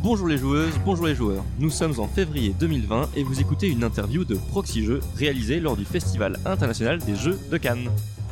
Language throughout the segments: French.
Bonjour les joueuses, bonjour les joueurs. Nous sommes en février 2020 et vous écoutez une interview de Proxy Jeux réalisée lors du Festival international des jeux de Cannes.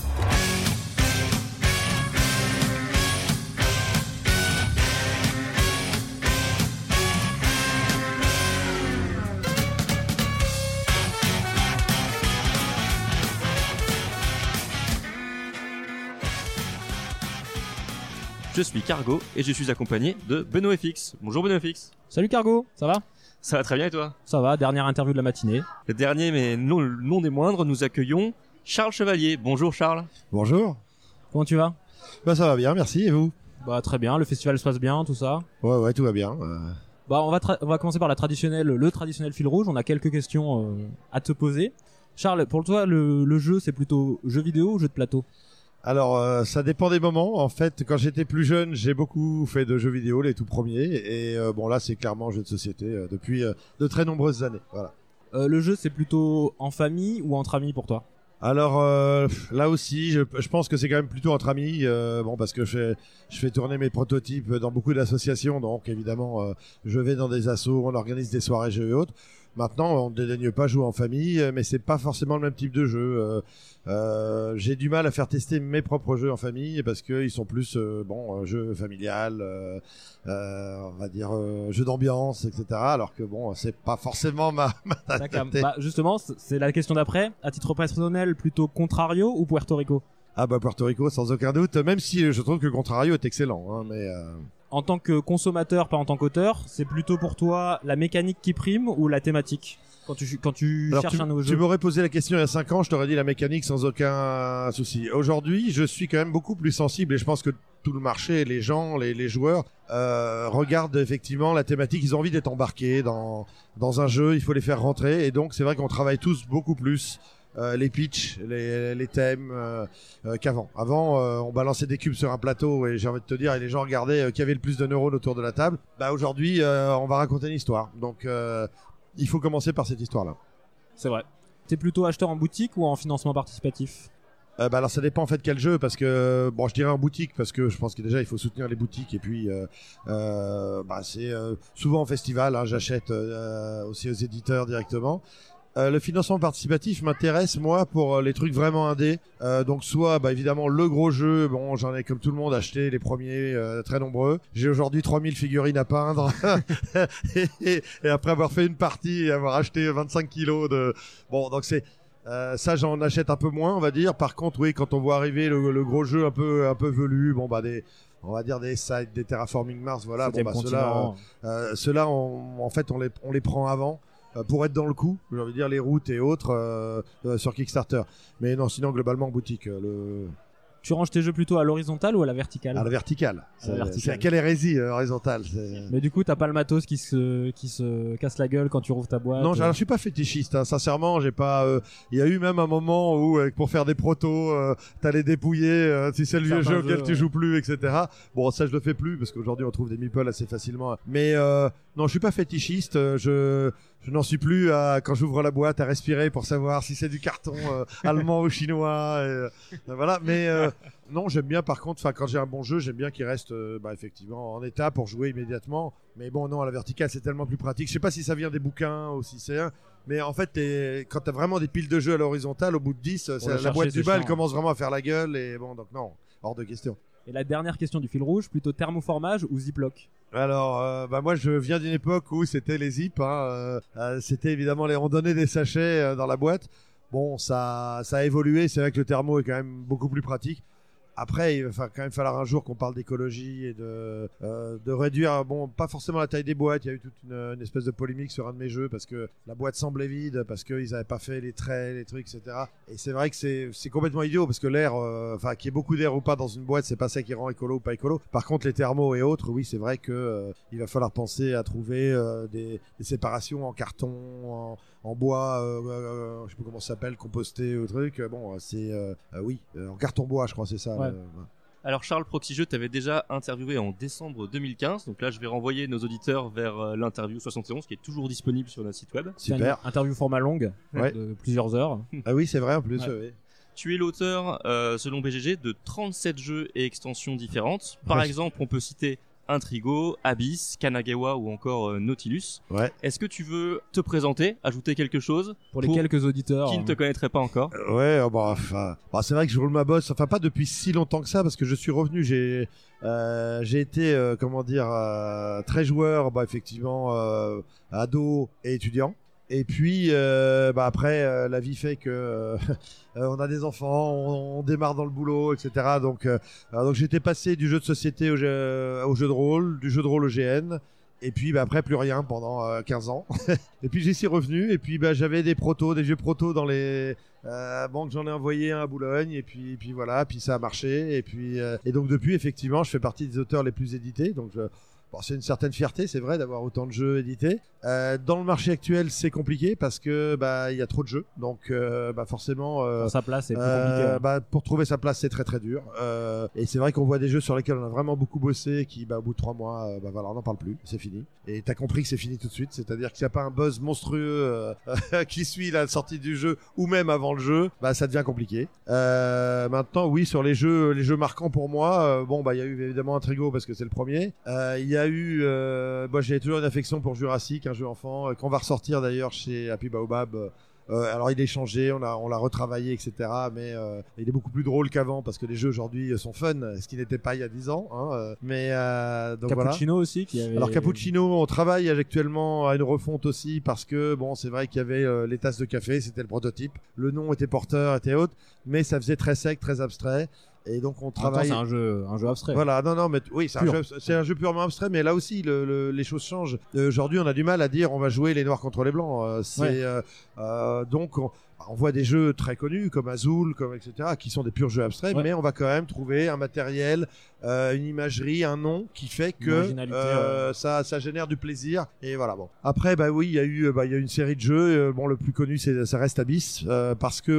Je suis Cargo et je suis accompagné de BenoîtFX. Bonjour BenoîtFX. Salut Cargo, ça va ? Ça va très bien et toi ? Ça va, dernière interview de la matinée. Le dernier mais non des moindres, nous accueillons Charles Chevalier. Bonjour Charles. Bonjour. Comment tu vas ? Bah ça va bien, merci, et vous ? Bah très bien, le festival se passe bien, tout ça. Ouais, tout va bien. Bah on va commencer par le traditionnel fil rouge, on a quelques questions à te poser. Charles, pour toi le jeu c'est plutôt jeu vidéo ou jeu de plateau ? Alors ça dépend des moments. En fait, quand j'étais plus jeune, j'ai beaucoup fait de jeux vidéo, les tout premiers, et bon là c'est clairement jeu de société depuis de très nombreuses années. Voilà. Le jeu c'est plutôt en famille ou entre amis pour toi ? Alors là aussi, je pense que c'est quand même plutôt entre amis, bon parce que je fais tourner mes prototypes dans beaucoup d'associations, donc évidemment je vais dans des assos, on organise des soirées jeux et autres. Maintenant, on ne dédaigne pas jouer en famille, mais c'est pas forcément le même type de jeu. J'ai du mal à faire tester mes propres jeux en famille parce que ils sont plus jeux familial, on va dire jeux d'ambiance, etc. Alors que bon, c'est pas forcément ma tasse de thé. Bah justement, c'est la question d'après. À titre personnel, plutôt Contrario ou Puerto Rico ? Ah bah Puerto Rico sans aucun doute, même si je trouve que Contrario est excellent, hein, mais en tant que consommateur, pas en tant qu'auteur, c'est plutôt pour toi la mécanique qui prime ou la thématique quand tu alors, cherches un nouveau jeu? Tu m'aurais posé la question il y a 5 ans, je t'aurais dit la mécanique sans aucun souci. Aujourd'hui, je suis quand même beaucoup plus sensible et je pense que tout le marché, les gens, les joueurs regardent effectivement la thématique. Ils ont envie d'être embarqués dans un jeu, il faut les faire rentrer et donc c'est vrai qu'on travaille tous beaucoup plus les pitchs, les thèmes qu'avant. Avant, on balançait des cubes sur un plateau et j'ai envie de te dire, et les gens regardaient qui avait le plus de neurones autour de la table. Bah aujourd'hui, on va raconter une histoire. Donc, il faut commencer par cette histoire-là. C'est vrai. T'es plutôt acheteur en boutique ou en financement participatif ? Alors ça dépend en fait quel jeu, parce que bon, je dirais en boutique parce que je pense que déjà il faut soutenir les boutiques et puis c'est souvent en festival, hein, j'achète aussi aux éditeurs directement. Le financement participatif m'intéresse moi pour les trucs vraiment indés, donc soit évidemment le gros jeu, bon j'en ai comme tout le monde acheté les premiers très nombreux, j'ai aujourd'hui 3000 figurines à peindre et après avoir fait une partie et avoir acheté 25 kilos de bon donc c'est ça j'en achète un peu moins on va dire. Par contre oui, quand on voit arriver le gros jeu un peu velu, bon on va dire des sites, des Terraforming Mars, voilà, ceux-là en fait on les prend avant pour être dans le coup, j'ai envie de dire les routes et autres sur Kickstarter. Mais non, sinon globalement en boutique. Tu ranges tes jeux plutôt à l'horizontale ou à la verticale ? À la verticale. C'est quelle hérésie horizontale. Mais du coup, t'as pas le matos qui se casse la gueule quand tu rouvres ta boîte. Non, alors, je suis pas fétichiste. Hein. Sincèrement, j'ai pas. Il y a eu même un moment où, pour faire des protos, t'allais dépouiller. Si c'est le vieux jeu auquel tu joues plus, etc. Bon, ça je le fais plus parce qu'aujourd'hui on trouve des meeples assez facilement. Mais non, je suis pas fétichiste. Je n'en suis plus à quand j'ouvre la boîte à respirer pour savoir si c'est du carton allemand ou chinois. Voilà. Mais non, j'aime bien par contre, quand j'ai un bon jeu, j'aime bien qu'il reste effectivement en état pour jouer immédiatement. Mais bon, non, à la verticale, c'est tellement plus pratique. Je sais pas si ça vient des bouquins ou si c'est un. Mais en fait, quand t'as vraiment des piles de jeux à l'horizontale, au bout de 10, la boîte du bas, elle commence vraiment à faire la gueule. Et bon, donc non, hors de question. Et la dernière question du fil rouge, plutôt thermoformage ou ziploc ? Alors, moi, je viens d'une époque où c'était les zips. C'était évidemment on donnait des sachets dans la boîte. Bon, ça a évolué. C'est vrai que le thermo est quand même beaucoup plus pratique. Après, il va quand même falloir un jour qu'on parle d'écologie et de réduire, bon, pas forcément la taille des boîtes. Il y a eu toute une espèce de polémique sur un de mes jeux parce que la boîte semblait vide, parce qu'ils avaient pas fait les traits, les trucs, etc. Et c'est vrai que c'est complètement idiot parce que l'air, qu'il y ait beaucoup d'air ou pas dans une boîte, c'est pas ça qui rend écolo ou pas écolo. Par contre, les thermos et autres, oui, c'est vrai que il va falloir penser à trouver des séparations en carton, en bois, je sais pas comment ça s'appelle, composté ou truc. Bon, c'est en carton bois, je crois, c'est ça. Ouais. Alors Charles, Proxy Jeux t'avais déjà interviewé en décembre 2015, donc là je vais renvoyer nos auditeurs vers l'interview 71 qui est toujours disponible sur notre site web. Super. Une interview format longue de plusieurs heures. Ah oui, c'est vrai en plus. Ouais. Tu es l'auteur, selon BGG, de 37 jeux et extensions différentes. Par exemple, on peut citer Intrigo, Abyss, Kanagawa ou encore Nautilus. Ouais. Est-ce que tu veux te présenter, ajouter quelque chose Pour les quelques auditeurs qui ne te connaîtraient pas encore? Ouais, c'est vrai que je roule ma bosse, enfin pas depuis si longtemps que ça, parce que je suis revenu, j'ai été, très joueur, effectivement, ado et étudiant. Et puis après la vie fait que on a des enfants, on démarre dans le boulot, etc. Donc j'étais passé du jeu de société au jeu de rôle, du jeu de rôle au GN. Et puis après plus rien pendant 15 ans. Et puis j'y suis revenu et puis j'avais des vieux protos dans les banques, j'en ai envoyé un à Boulogne et puis voilà, puis ça a marché et donc depuis effectivement, je fais partie des auteurs les plus édités. Donc c'est une certaine fierté, c'est vrai, d'avoir autant de jeux édités. Dans le marché actuel, c'est compliqué parce que il y a trop de jeux, donc forcément sa place est plus compliquée. pour trouver sa place, c'est très très dur. Et c'est vrai qu'on voit des jeux sur lesquels on a vraiment beaucoup bossé, qui au bout de 3 mois, on n'en parle plus, c'est fini. Et t'as compris que c'est fini tout de suite, c'est-à-dire qu'il n'y a pas un buzz monstrueux qui suit la sortie du jeu ou même avant le jeu, ça devient compliqué. Maintenant, oui, sur les jeux marquants pour moi, il y a eu évidemment Intrigo parce que c'est le premier. Il y a eu, j'ai toujours une affection pour Jurassic, un jeu enfant qu'on va ressortir d'ailleurs chez Happy Baobab. Alors il est changé, on l'a retravaillé, etc. Mais il est beaucoup plus drôle qu'avant parce que les jeux aujourd'hui sont fun, ce qui n'était pas il y a 10 ans. Donc Cappuccino voilà. aussi qui avait... Alors Cappuccino, on travaille actuellement à une refonte aussi parce que c'est vrai qu'il y avait les tasses de café, c'était le prototype. Le nom était porteur, était haute, mais ça faisait très sec, très abstrait. Et donc on travaille. C'est un jeu abstrait. Voilà, mais oui, c'est un jeu purement abstrait, mais là aussi les choses changent. Aujourd'hui, on a du mal à dire on va jouer les noirs contre les blancs. Donc on voit des jeux très connus comme Azul, etc., qui sont des purs jeux abstraits, mais on va quand même trouver un matériel, une imagerie, un nom qui fait que ça génère du plaisir. Et voilà. Bon. Après, il y a eu une série de jeux. Le plus connu, ça reste Abyss, parce que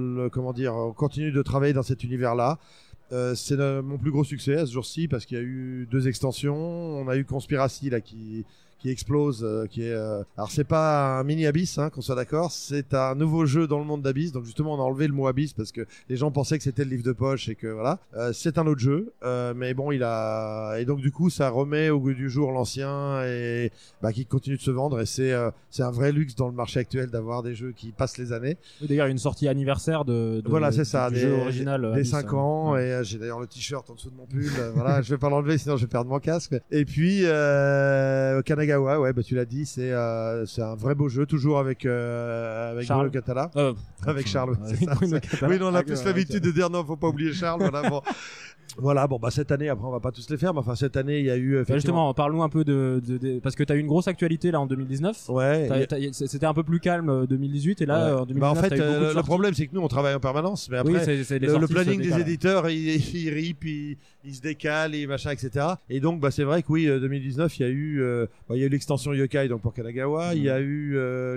on continue de travailler dans cet univers-là. C'est mon plus gros succès à ce jour-ci parce qu'il y a eu 2 extensions. On a eu Conspiracy là qui explose, alors c'est pas un mini Abyss, qu'on soit d'accord, c'est un nouveau jeu dans le monde d'Abyss. Donc justement on a enlevé le mot Abyss parce que les gens pensaient que c'était le livre de poche et que voilà, c'est un autre jeu, mais et donc du coup ça remet au goût du jour l'ancien et qui continue de se vendre et c'est un vrai luxe dans le marché actuel d'avoir des jeux qui passent les années. D'ailleurs une sortie anniversaire de voilà, c'est ça, du jeu original des Abyss, 5 ans et j'ai d'ailleurs le t-shirt en dessous de mon pull. Voilà, je vais pas l'enlever sinon je vais perdre mon casque. Et puis Kanagawa, tu l'as dit, c'est un vrai beau jeu, toujours avec Bruno Catala. Avec Charles, c'est ça. Oui, on a plus l'habitude de dire non, faut pas oublier Charles. Voilà, cette année, après on va pas tous les faire, mais cette année il y a eu justement, parlons un peu de parce que t'as eu une grosse actualité là en 2019. Ouais. C'était un peu plus calme 2018 et là en 2019 en fait le problème c'est que nous on travaille en permanence, mais après le planning des éditeurs il rip, il se décale et machin, etc. Et donc c'est vrai que oui, 2019 il y a eu l'extension Yokai donc pour Kanagawa, il y a eu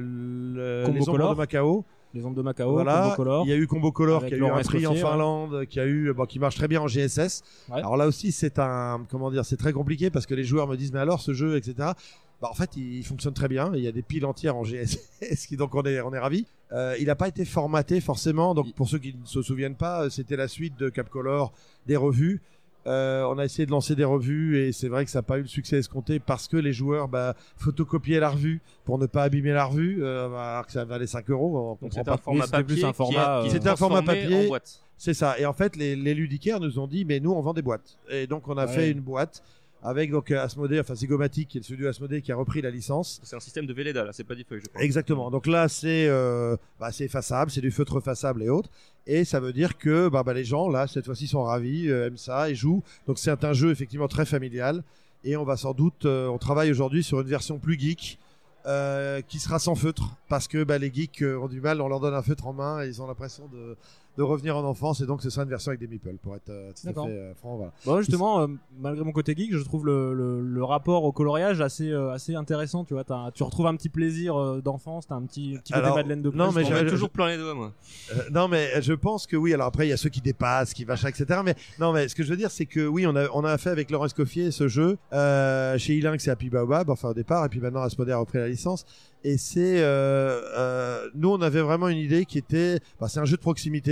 les ombres de Macao. Les ombres de Macao, voilà. Combo Color. Il y a eu Combo Color qui a eu un prix en Escoffier, Finlande, qui marche très bien en GSS. Ouais. Alors là aussi, c'est très compliqué parce que les joueurs me disent, mais alors ce jeu, etc. En fait, il fonctionne très bien. Il y a des piles entières en GSS, donc on est ravis. Il n'a pas été formaté forcément. Donc pour ceux qui ne se souviennent pas, c'était la suite de Capcolor des revues. On a essayé de lancer des revues et c'est vrai que ça n'a pas eu le succès escompté parce que les joueurs photocopiaient la revue pour ne pas abîmer la revue, alors que ça valait 5 euros. Donc c'était un format papier. C'était un format papier. C'est ça. Et en fait, les ludicaires nous ont dit, mais nous on vend des boîtes. Et donc on a fait une boîte avec donc Asmodée, Zygomatic, qui est le studio Asmodée qui a repris la licence. C'est un système de Velleda là, c'est pas du feuille, je crois. Exactement. Donc là c'est effaçable, c'est du feutre effaçable et autres. Et ça veut dire que les gens là cette fois-ci sont ravis, aiment ça et jouent. Donc c'est un jeu effectivement très familial. Et on va sans doute, on travaille aujourd'hui sur une version plus geek. Qui sera sans feutre parce que les geeks ont du mal, on leur donne un feutre en main et ils ont l'impression de revenir en enfance et donc ce sera une version avec des meeples pour être tout à fait franc. Voilà. Justement, malgré mon côté geek, je trouve le rapport au coloriage assez intéressant. Tu vois, tu retrouves un petit plaisir d'enfance, t'as un petit côté Madeleine de Proust. Non, mais j'ai toujours plein les doigts moi. Non, mais je pense que oui. Alors après, il y a ceux qui dépassent, qui vachent, etc. Mais non, mais ce que je veux dire, c'est que oui, on a fait avec Laurent Escoffier ce jeu chez E-Lynx et Happy Baobab, au départ, et puis maintenant Asmodée a repris la licence. Et c'est nous, on avait vraiment une idée qui était, c'est un jeu de proximité.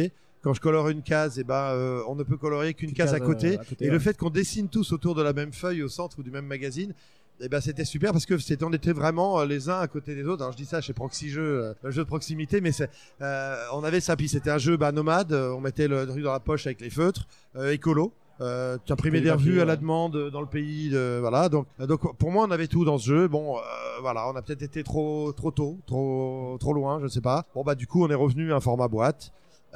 quand je colore une case, on ne peut colorer qu'une case à côté. Et le fait qu'on dessine tous autour de la même feuille au centre ou du même magazine, c'était super parce que on était vraiment les uns à côté des autres. Alors je dis ça chez Proxy Jeux, le jeu de proximité, mais on avait ça. Puis c'était un jeu nomade. On mettait le truc dans la poche avec les feutres, écolo. Tu imprimais des revues à la demande dans le pays, voilà. Donc pour moi on avait tout dans ce jeu. Bon, voilà, on a peut-être été trop tôt, trop loin, je sais pas. Bon du coup on est revenu à un format boîte.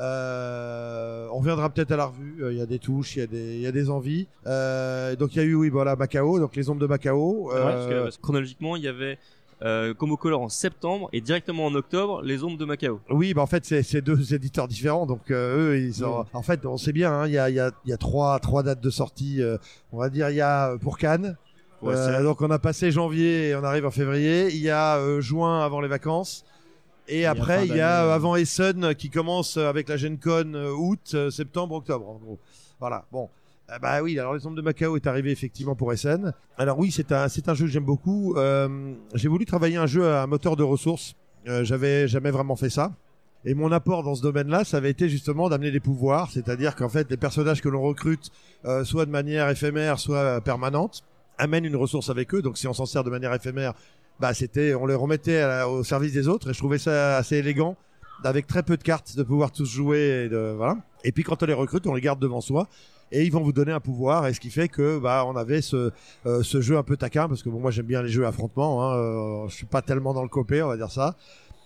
On reviendra peut-être à la revue. Il y a des touches, il y a des envies. Donc il y a eu Macao, donc les ombres de Macao. Parce que chronologiquement il y avait Combo Color en septembre et directement en octobre les ombres de Macao. Oui, en fait c'est deux éditeurs différents, donc eux ils sont. En fait on sait bien, il y a trois dates de sortie. On va dire il y a pour Cannes. Donc on a passé janvier et on arrive en février. Il y a juin avant les vacances. Et après, il y a avant Essen qui commence avec la Gen Con août, septembre, octobre, en gros. Voilà. Bon. Oui, alors les ombres de Macao est arrivé effectivement pour Essen. Alors oui, c'est un jeu que j'aime beaucoup. J'ai voulu travailler un jeu à moteur de ressources. J'avais jamais vraiment fait ça. Et mon apport dans ce domaine-là, ça avait été justement d'amener des pouvoirs. C'est-à-dire qu'en fait, les personnages que l'on recrute, soit de manière éphémère, soit permanente, amènent une ressource avec eux. Donc si on s'en sert de manière éphémère, on les remettait au service des autres, et je trouvais ça assez élégant, avec très peu de cartes, de pouvoir tous jouer, voilà. Et puis quand on les recrute, on les garde devant soi, et ils vont vous donner un pouvoir, et ce qui fait que on avait ce jeu un peu taquin, parce que moi j'aime bien les jeux affrontement, je suis pas tellement dans le copé, on va dire ça,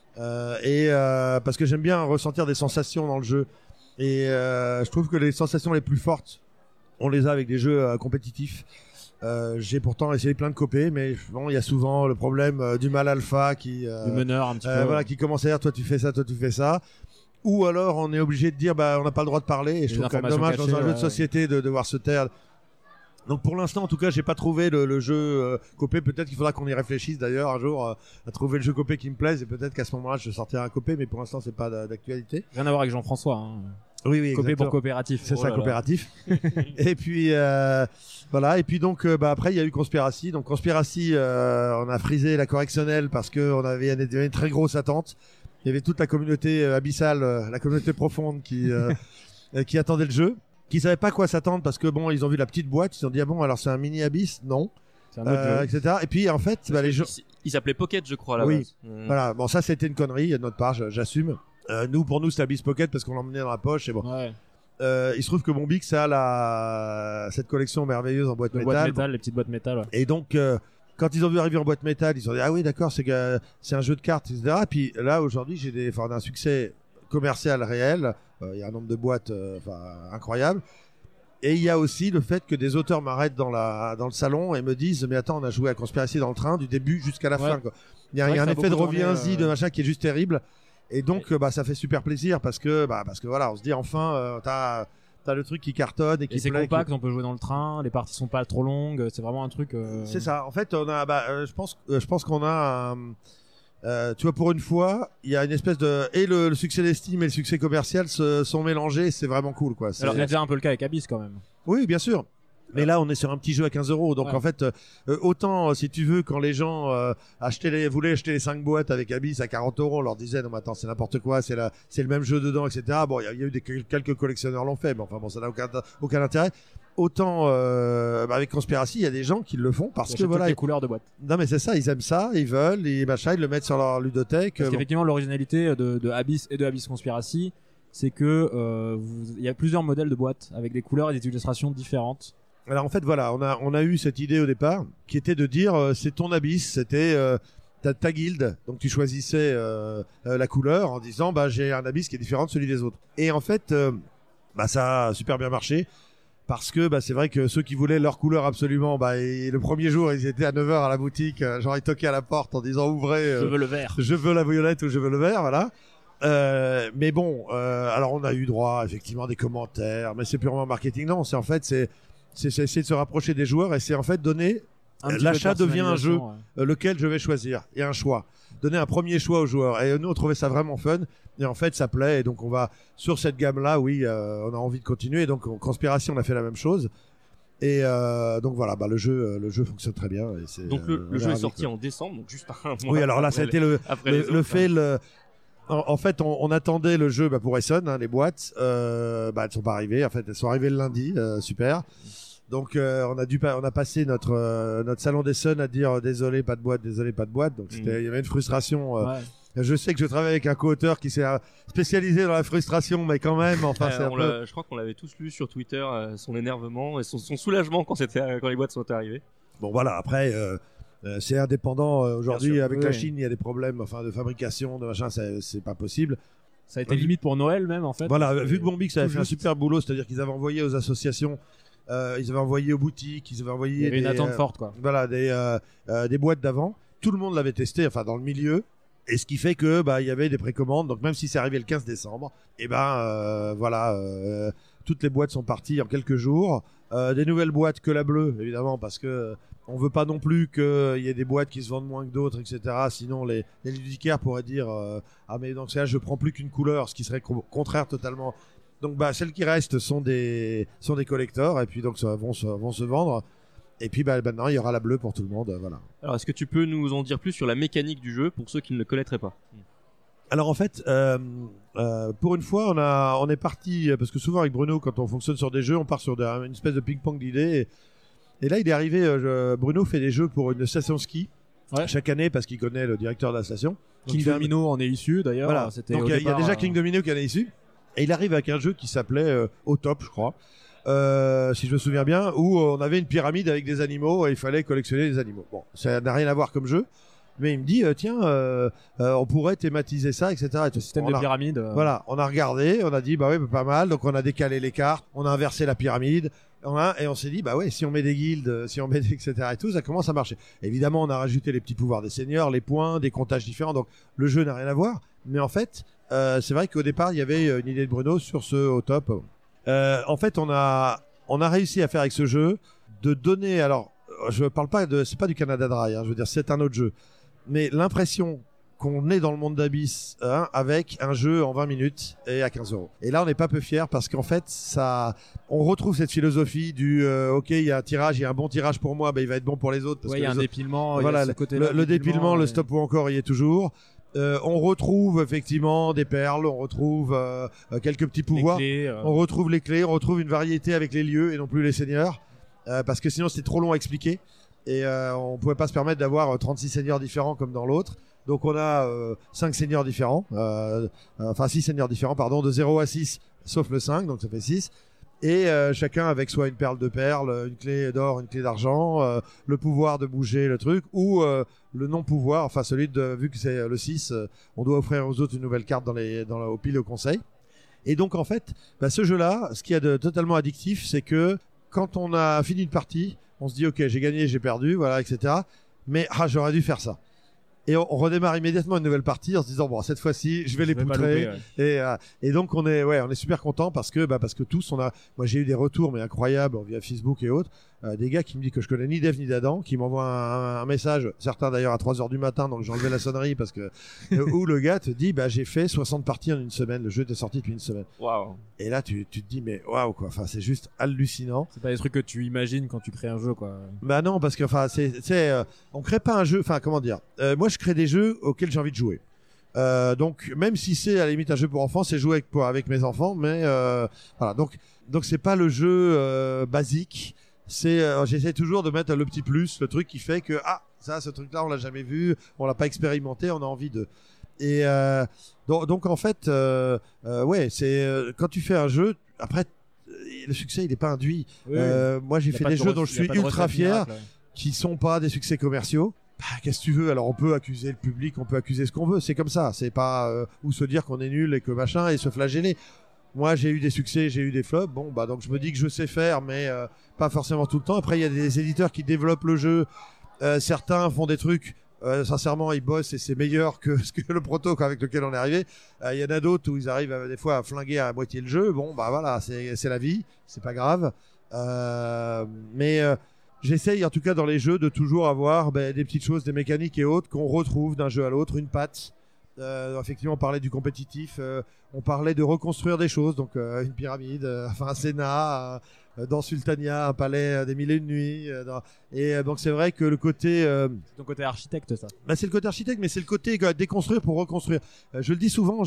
parce que j'aime bien ressentir des sensations dans le jeu, et je trouve que les sensations les plus fortes, on les a avec des jeux compétitifs. J'ai pourtant essayé plein de copés, mais bon, il y a souvent le problème du mal alpha qui du meneur un petit peu, voilà, qui commence à dire toi tu fais ça, ou alors on est obligé de dire on n'a pas le droit de parler, et je trouve quand même dommage dans un jeu de société de devoir se taire. Donc pour l'instant en tout cas j'ai pas trouvé le jeu copé. Peut-être qu'il faudra qu'on y réfléchisse d'ailleurs un jour à trouver le jeu copé qui me plaise, et peut-être qu'à ce moment-là je sortirai un copé, mais pour l'instant c'est pas d'actualité. Rien à voir avec Jean-François, hein. Oui, copé pour coopératif. C'est ça, coopératif. Et puis voilà. Et puis donc après il y a eu Conspiracy. Donc Conspiracy, on a frisé la correctionnelle parce que on avait une très grosse attente. Il y avait toute la communauté abyssale, la communauté profonde qui attendait le jeu, qui savait pas quoi s'attendre parce que bon, ils ont vu la petite boîte, ils se sont dit alors c'est un mini Abyss, non. C'est un autre jeu. Etc. Et puis en fait, les jeux. Il s'appelait Pocket, je crois, à la base. Voilà. Bon, ça c'était une connerie de notre part, j'assume. Pour nous c'était Abyss Pocket parce qu'on l'emmenait dans la poche, et bon. Ouais. Il se trouve que mon Bix a cette collection merveilleuse en boîte métal. Les petites boîtes métal. Ouais. Et donc quand ils ont vu arriver en boîte métal, ils se sont dit oui d'accord, c'est un jeu de cartes, etc. Et puis là aujourd'hui on a un succès commercial réel. Il y a un nombre de boîtes incroyable. Et il y a aussi le fait que des auteurs m'arrêtent dans le salon et me disent mais attends, on a joué à Conspiracy dans le train du début jusqu'à la fin, quoi. Il y a un effet de reviens-y de machin qui est juste terrible. Et donc ça fait super plaisir parce que voilà, on se dit enfin t'as le truc qui cartonne et qui c'est plaît, compact, on peut jouer dans le train, les parties sont pas trop longues, c'est vraiment un truc C'est ça. En fait, on a je pense qu'on a tu vois, pour une fois, il y a une espèce le succès d'estime et le succès commercial se sont mélangés, c'est vraiment cool, quoi. Alors, il y a déjà un peu le cas avec Abyss quand même. Oui, bien sûr. Mais là, on est sur un petit jeu à 15 €. Donc, en fait, autant, si tu veux, quand les gens voulaient acheter les 5 boîtes avec Abyss à 40 €, on leur disait, non, mais attends, c'est n'importe quoi, c'est le même jeu dedans, etc. Bon, il y a eu quelques collectionneurs l'ont fait, mais enfin, bon, ça n'a aucun intérêt. Autant, avec Conspiracy, il y a des gens qui le font parce que voilà. Les couleurs de boîte. Non, mais c'est ça, ils aiment ça, ils veulent, ils le mettent sur leur ludothèque. Parce qu'effectivement, l'originalité de Abyss et de Abyss Conspiracy, c'est que, il y a plusieurs modèles de boîtes avec des couleurs et des illustrations différentes. Alors en fait voilà, on a eu cette idée au départ qui était de dire c'est ton Abyss, c'était ta guilde, donc tu choisissais la couleur en disant j'ai un Abyss qui est différent de celui des autres. Et en fait ça a super bien marché parce que c'est vrai que ceux qui voulaient leur couleur absolument, et le premier jour ils étaient à 9h à la boutique, genre ils toquaient à la porte en disant ouvrez, je veux le vert, je veux la violette ou je veux le vert, voilà. Mais bon, alors on a eu droit effectivement des commentaires, mais c'est purement marketing. Non, c'est essayer de se rapprocher des joueurs, et c'est en fait donner l'achat devient un jeu, lequel je vais choisir, et un choix, donner un premier choix aux joueurs, et nous on trouvait ça vraiment fun, et en fait ça plaît, et donc on va sur cette gamme là, on a envie de continuer, et donc en Conspiration on a fait la même chose, et donc voilà, le jeu fonctionne très bien, et donc le jeu est sorti en décembre, donc juste un mois. Oui, alors là ça a été le fait En fait, on attendait le jeu pour Essonne, hein, les boîtes. Elles sont pas arrivées. En fait, elles sont arrivées le lundi. Super. Donc, on a passé notre salon d'Essonne à dire désolé, pas de boîte, désolé, pas de boîte. Donc, il y avait une frustration. Ouais. Je sais que je travaille avec un co-auteur qui s'est spécialisé dans la frustration, mais quand même, enfin, c'est je crois qu'on l'avait tous lu sur Twitter, son énervement et son soulagement quand les boîtes sont arrivées. Bon, voilà. Après. C'est indépendant aujourd'hui avec la oui. Chine, il y a des problèmes de fabrication, de machin, c'est pas possible. Ça a été limite pour Noël même en fait. Voilà, vu que Bombix avait fait un juste. super boulot, c'est-à-dire qu'ils avaient envoyé aux associations, ils avaient envoyé aux boutiques, ils avaient envoyé Il y avait une attente forte quoi. Voilà, des boîtes d'avant. Tout le monde l'avait testé, enfin dans le milieu. Et ce qui fait que il y avait des précommandes. Donc même si c'est arrivé le 15 décembre, toutes les boîtes sont parties en quelques jours. Des nouvelles boîtes que la bleue, évidemment, parce que on veut pas non plus qu'il y ait des boîtes qui se vendent moins que d'autres, etc. Sinon, les ludicaires pourraient dire ah mais donc ça, je prends plus qu'une couleur, ce qui serait contraire totalement. Donc celles qui restent sont des collectors et puis donc ça vont se vendre. Et puis maintenant il y aura la bleue pour tout le monde, voilà. Alors est-ce que tu peux nous en dire plus sur la mécanique du jeu pour ceux qui ne le connaîtraient pas? Alors en fait, pour une fois, on est parti parce que souvent avec Bruno, quand on fonctionne sur des jeux, on part sur une espèce de ping-pong d'idées. Et là, il est arrivé. Bruno fait des jeux pour une station ski chaque année parce qu'il connaît le directeur de la station. King Domino en est issu d'ailleurs. Voilà. Donc il y a déjà King Domino qui en est issu. Et il arrive avec un jeu qui s'appelait Au Top, je crois, si je me souviens bien, où on avait une pyramide avec des animaux et il fallait collectionner les animaux. Bon, ça n'a rien à voir comme jeu. Mais il me dit tiens, on pourrait thématiser ça, etc. Le système de pyramide. Voilà, on a regardé, on a dit pas mal, donc on a décalé les cartes, on a inversé la pyramide, et on s'est dit si on met des guildes, si on met etc. et tout, ça commence à marcher. Évidemment, on a rajouté les petits pouvoirs des seigneurs, les points, des comptages différents, donc le jeu n'a rien à voir. Mais en fait, c'est vrai qu'au départ, il y avait une idée de Bruno sur ce Au Top. En fait, on a réussi à faire avec ce jeu de donner, alors je parle pas c'est pas du Canada Dry, hein, je veux dire c'est un autre jeu. Mais l'impression qu'on est dans le monde d'Abyss avec un jeu en 20 minutes et à 15 €. Et là, on n'est pas peu fiers parce qu'en fait, on retrouve cette philosophie du OK, il y a un tirage, il y a un bon tirage pour moi, il va être bon pour les autres. Parce il y a un dépilement. Voilà, il y a ce côté-là, le dépilement, le stop ou encore, il y est toujours. On retrouve effectivement des perles, on retrouve quelques petits pouvoirs, on retrouve les clés, on retrouve une variété avec les lieux et non plus les seigneurs, parce que sinon c'est trop long à expliquer. Et on pouvait pas se permettre d'avoir 36 seigneurs différents comme dans l'autre. Donc on a 5 seigneurs différents, 6 seigneurs différents, pardon, de 0 à 6, sauf le 5, donc ça fait 6. Et chacun avec soit une perle de perles, une clé d'or, une clé d'argent, le pouvoir de bouger le truc, ou le non-pouvoir, enfin celui vu que c'est le 6, on doit offrir aux autres une nouvelle carte au pile au conseil. Et donc en fait, ce jeu-là, ce qu'il y a de totalement addictif, c'est que quand on a fini une partie, on se dit ok, j'ai gagné, j'ai perdu, voilà, etc. Mais j'aurais dû faire ça. Et on redémarre immédiatement une nouvelle partie en se disant cette fois-ci je vais les poutrer. Et donc on est super content parce que tous moi j'ai eu des retours mais incroyables via Facebook et autres, des gars qui me disent que je connais ni Dave ni d'Adam, qui m'envoient un message, certains d'ailleurs à 3h du matin, donc j'ai enlevé la sonnerie parce que où le gars te dit j'ai fait 60 parties en une semaine, le jeu était sorti depuis une semaine. Waouh. Et là tu te dis mais waouh quoi, enfin c'est juste hallucinant. C'est pas des trucs que tu imagines quand tu crées un jeu quoi. Non, parce que on crée pas un jeu, comment dire, moi je crée des jeux auxquels j'ai envie de jouer. Donc même si c'est à la limite un jeu pour enfants, c'est jouer avec mes enfants, mais voilà, donc c'est pas le jeu basique. J'essaie toujours de mettre le petit plus, le truc qui fait que ce truc là on l'a jamais vu, on l'a pas expérimenté, on a envie de. Et donc en fait c'est quand tu fais un jeu, après le succès il est pas induit. Oui. Moi j'ai fait des jeux dont je suis ultra fier, qui sont pas des succès commerciaux. Qu'est-ce que tu veux? Alors on peut accuser le public, on peut accuser ce qu'on veut, c'est comme ça, c'est pas ou se dire qu'on est nul et que machin et se flageller. Moi j'ai eu des succès, j'ai eu des flops, donc je me dis que je sais faire, mais pas forcément tout le temps. Après il y a des éditeurs qui développent le jeu, certains font des trucs, sincèrement ils bossent et c'est meilleur que le proto avec lequel on est arrivé. Il y en a d'autres où ils arrivent des fois à flinguer à moitié le jeu, voilà, c'est la vie, c'est pas grave. Mais j'essaye en tout cas dans les jeux de toujours avoir des petites choses, des mécaniques et autres qu'on retrouve d'un jeu à l'autre, une patte. Effectivement, on parlait du compétitif, on parlait de reconstruire des choses, donc une pyramide, enfin un Sénat, dans Sultania, un palais des mille et une nuits. Donc c'est vrai que le côté... C'est ton côté architecte, ça. Bah, c'est le côté architecte, mais c'est le côté déconstruire pour reconstruire. Je le dis souvent,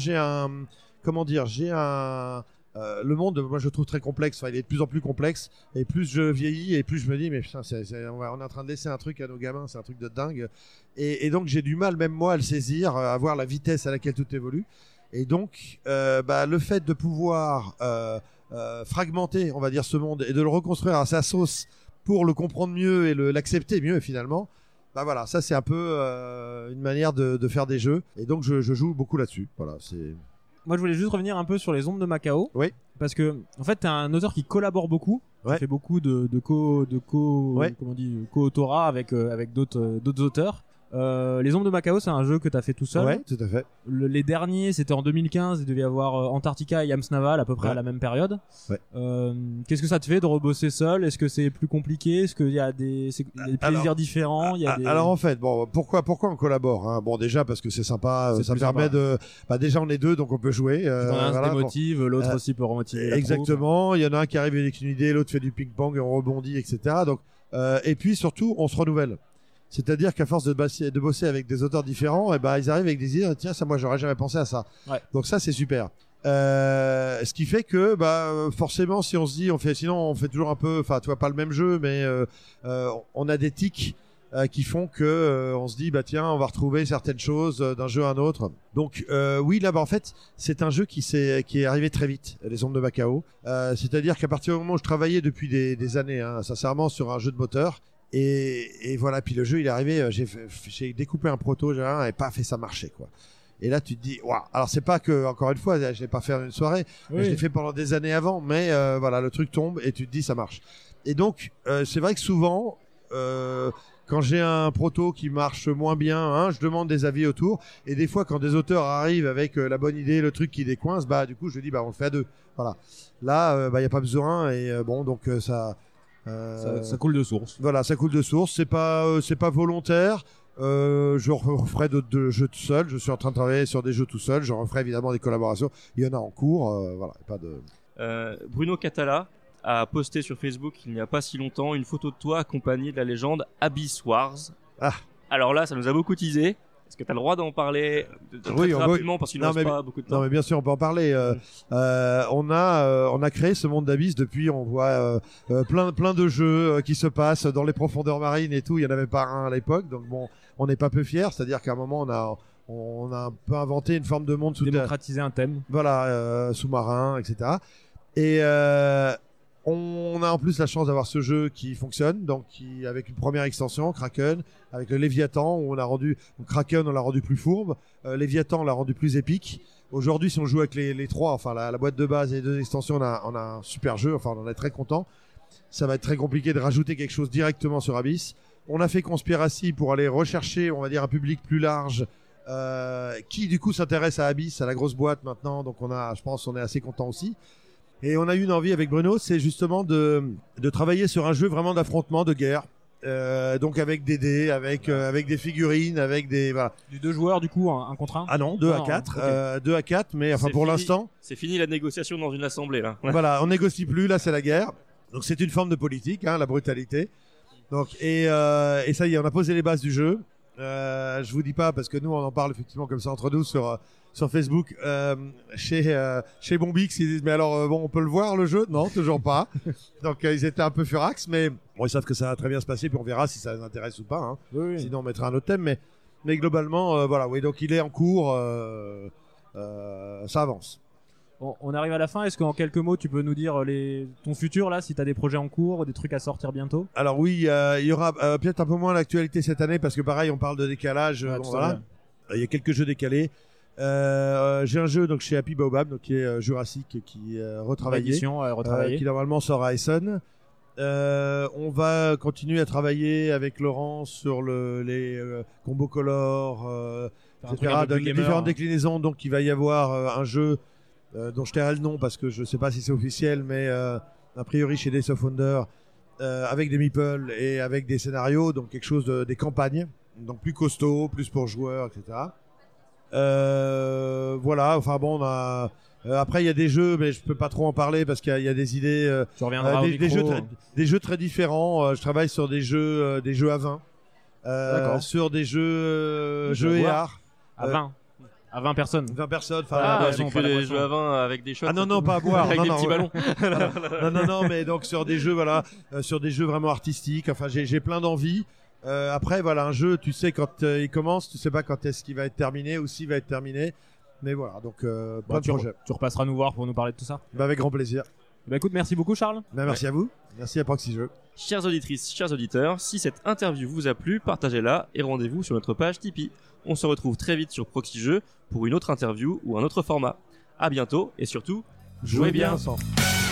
le monde, moi je le trouve très complexe. Enfin, il est de plus en plus complexe. Et plus je vieillis, et plus je me dis, mais putain, on est en train de laisser un truc à nos gamins, c'est un truc de dingue. Et donc j'ai du mal, même moi, à le saisir, à voir la vitesse à laquelle tout évolue. Et donc, le fait de pouvoir fragmenter, on va dire, ce monde et de le reconstruire à sa sauce pour le comprendre mieux et l'accepter mieux finalement. Bah voilà, ça c'est un peu une manière de faire des jeux. Et donc je joue beaucoup là-dessus. Voilà, c'est. Moi, je voulais juste revenir un peu sur les ombres de Macao. Oui. Parce que, en fait, t'es un auteur qui collabore beaucoup. Ouais. Tu fais beaucoup de Ouais. comment on dit, co-autorat avec d'autres auteurs. Les ombres de Macao, c'est un jeu que t'as fait tout seul. Ouais, tout à fait. Les derniers, c'était en 2015. Il devait y avoir Antarctica et Yams Naval à peu près Ouais. à la même période. Ouais. Qu'est-ce que ça te fait de rebosser seul? Est-ce que c'est plus compliqué? Est-ce qu'il y a des plaisirs différents? Alors en fait, bon, pourquoi on collabore, hein? Bon, déjà parce que c'est sympa, C'est ça plus permet sympa. de. Bah déjà on est deux, donc on peut jouer. Un voilà, se démotive, l'autre aussi peut remotiver. exactement. Il y en a un qui arrive avec une idée, l'autre fait du ping-pong et on rebondit, etc. Donc, et puis surtout, on se renouvelle. C'est-à-dire qu'à force de bosser avec des auteurs différents, et ils arrivent avec des idées. Tiens, ça, moi, j'aurais jamais pensé à ça. Ouais. Donc ça, c'est super. Ce qui fait que, forcément, si on se dit, sinon, on fait toujours un peu, enfin, tu vois, pas le même jeu, mais on a des tics qui font que on se dit, tiens, on va retrouver certaines choses d'un jeu à un autre. Donc oui, là, en fait, c'est un jeu qui est arrivé très vite, les Ombres de Macao. C'est-à-dire qu'à partir du moment où je travaillais depuis des années, hein, sincèrement, sur un jeu de moteur. Et voilà, puis le jeu il est arrivé, j'ai découpé un proto, et paf, et ça marchait quoi. Et là tu te dis, waouh. Alors c'est pas que, encore une fois, je l'ai pas fait en une soirée, Oui. je l'ai fait pendant des années avant, mais voilà, le truc tombe et tu te dis ça marche. Et donc c'est vrai que souvent, quand j'ai un proto qui marche moins bien, hein, je demande des avis autour. Et des fois, quand des auteurs arrivent avec la bonne idée, le truc qui décoince, du coup je dis, on le fait à deux. Voilà. Là, y a pas besoin et donc ça. Ça coule de source. Voilà, ça coule de source. C'est pas volontaire. Je referai d'autres jeux tout seul. Je suis en train de travailler sur des jeux tout seul. Je referai évidemment des collaborations. Il y en a en cours. Voilà, pas de. Bruno Catala a posté sur Facebook il n'y a pas si longtemps une photo de toi accompagnée de la légende Abyss Wars. Ah. Alors là, ça nous a beaucoup teasé. Est-ce que tu as le droit d'en parler Oui, très rapidement parce qu'il ne reste pas beaucoup de temps? Non, mais bien sûr, on peut en parler. On a créé ce monde d'Abyss depuis. On voit plein de jeux qui se passent dans les profondeurs marines et tout. Il y en avait pas un à l'époque, donc bon, on n'est pas peu fiers. C'est-à-dire qu'à un moment, on a un peu inventé une forme de monde Démocratiser un thème. Voilà, sous-marin, etc. Et on a en plus la chance d'avoir ce jeu qui fonctionne, donc avec une première extension, Kraken, avec le Léviathan, où Kraken on l'a rendu plus fourbe, Léviathan on l'a rendu plus épique. Aujourd'hui, si on joue avec les trois, enfin la boîte de base et les deux extensions, on a un super jeu, enfin on en est très content. Ça va être très compliqué de rajouter quelque chose directement sur Abyss. On a fait Conspiracy pour aller rechercher, on va dire, un public plus large, qui du coup s'intéresse à Abyss, à la grosse boîte maintenant, donc je pense on est assez content aussi. Et on a eu une envie avec Bruno, c'est justement de travailler sur un jeu vraiment d'affrontement, de guerre. Donc avec des dés, avec des figurines, avec des... Voilà. Du 2 joueurs, du coup, un contre 1? Ah non, 2 à 4. Okay. 2 à 4, mais enfin pour l'instant... C'est fini la négociation dans une assemblée, là. Voilà, on négocie plus, là c'est la guerre. Donc c'est une forme de politique, hein, la brutalité. Donc, et ça y est, on a posé les bases du jeu. Je vous dis pas, parce que nous on en parle effectivement comme ça entre nous sur Facebook, chez Bombix, ils disent mais alors on peut le voir le jeu? Non, toujours pas. Donc ils étaient un peu furax, mais bon, ils savent que ça va très bien se passer, puis on verra si ça les intéresse ou pas, hein. Oui. Sinon on mettra un autre thème, mais globalement voilà, oui, donc il est en cours, ça avance. Bon, on arrive à la fin. Est-ce qu'en quelques mots tu peux nous dire ton futur là, si tu as des projets en cours, des trucs à sortir bientôt? Alors oui, il y aura peut-être un peu moins l'actualité cette année, parce que pareil on parle de décalage, voilà. Il y a quelques jeux décalés. J'ai un jeu donc chez Happy Baobab, donc qui est Jurassic, qui est retravaillé, qui normalement sort à Essen. On va continuer à travailler avec Laurent sur les combos color, etc. Donc différentes déclinaisons. Donc il va y avoir un jeu dont je tairai le nom parce que je sais pas si c'est officiel, mais a priori chez Days of Wonder, avec des meeples et avec des scénarios, donc quelque chose des campagnes, donc plus costaud, plus pour joueurs, etc. Voilà, enfin bon, on a. Après, il y a des jeux, mais je peux pas trop en parler parce qu'il y a des idées, Tu reviendras au micro. des jeux très différents. Je travaille sur des jeux à 20, D'accord. sur des jeux Je vais et voir. art. À 20 personnes. 20 personnes. Ah, boisson, j'ai pas cru la des boisson. jeux à 20 avec des shots. Ah non, pas à boire. Avec non, des non, petits ballons. non, mais donc sur des jeux, voilà, sur des jeux vraiment artistiques. Enfin, j'ai plein d'envie. Après, voilà, un jeu, tu sais quand il commence, tu sais pas quand est-ce qu'il va être terminé ou s'il va être terminé. Mais voilà, donc plein de projets. Tu repasseras nous voir pour nous parler de tout ça. Bah, avec grand plaisir. Bah écoute, merci beaucoup Charles. Bah, merci à vous. Merci à Proxy Jeux. Chères auditrices, chers auditeurs, si cette interview vous a plu, partagez-la et rendez-vous sur notre page Tipeee. On se retrouve très vite sur Proxy Jeux pour une autre interview ou un autre format. À bientôt et surtout, jouez bien. ensemble.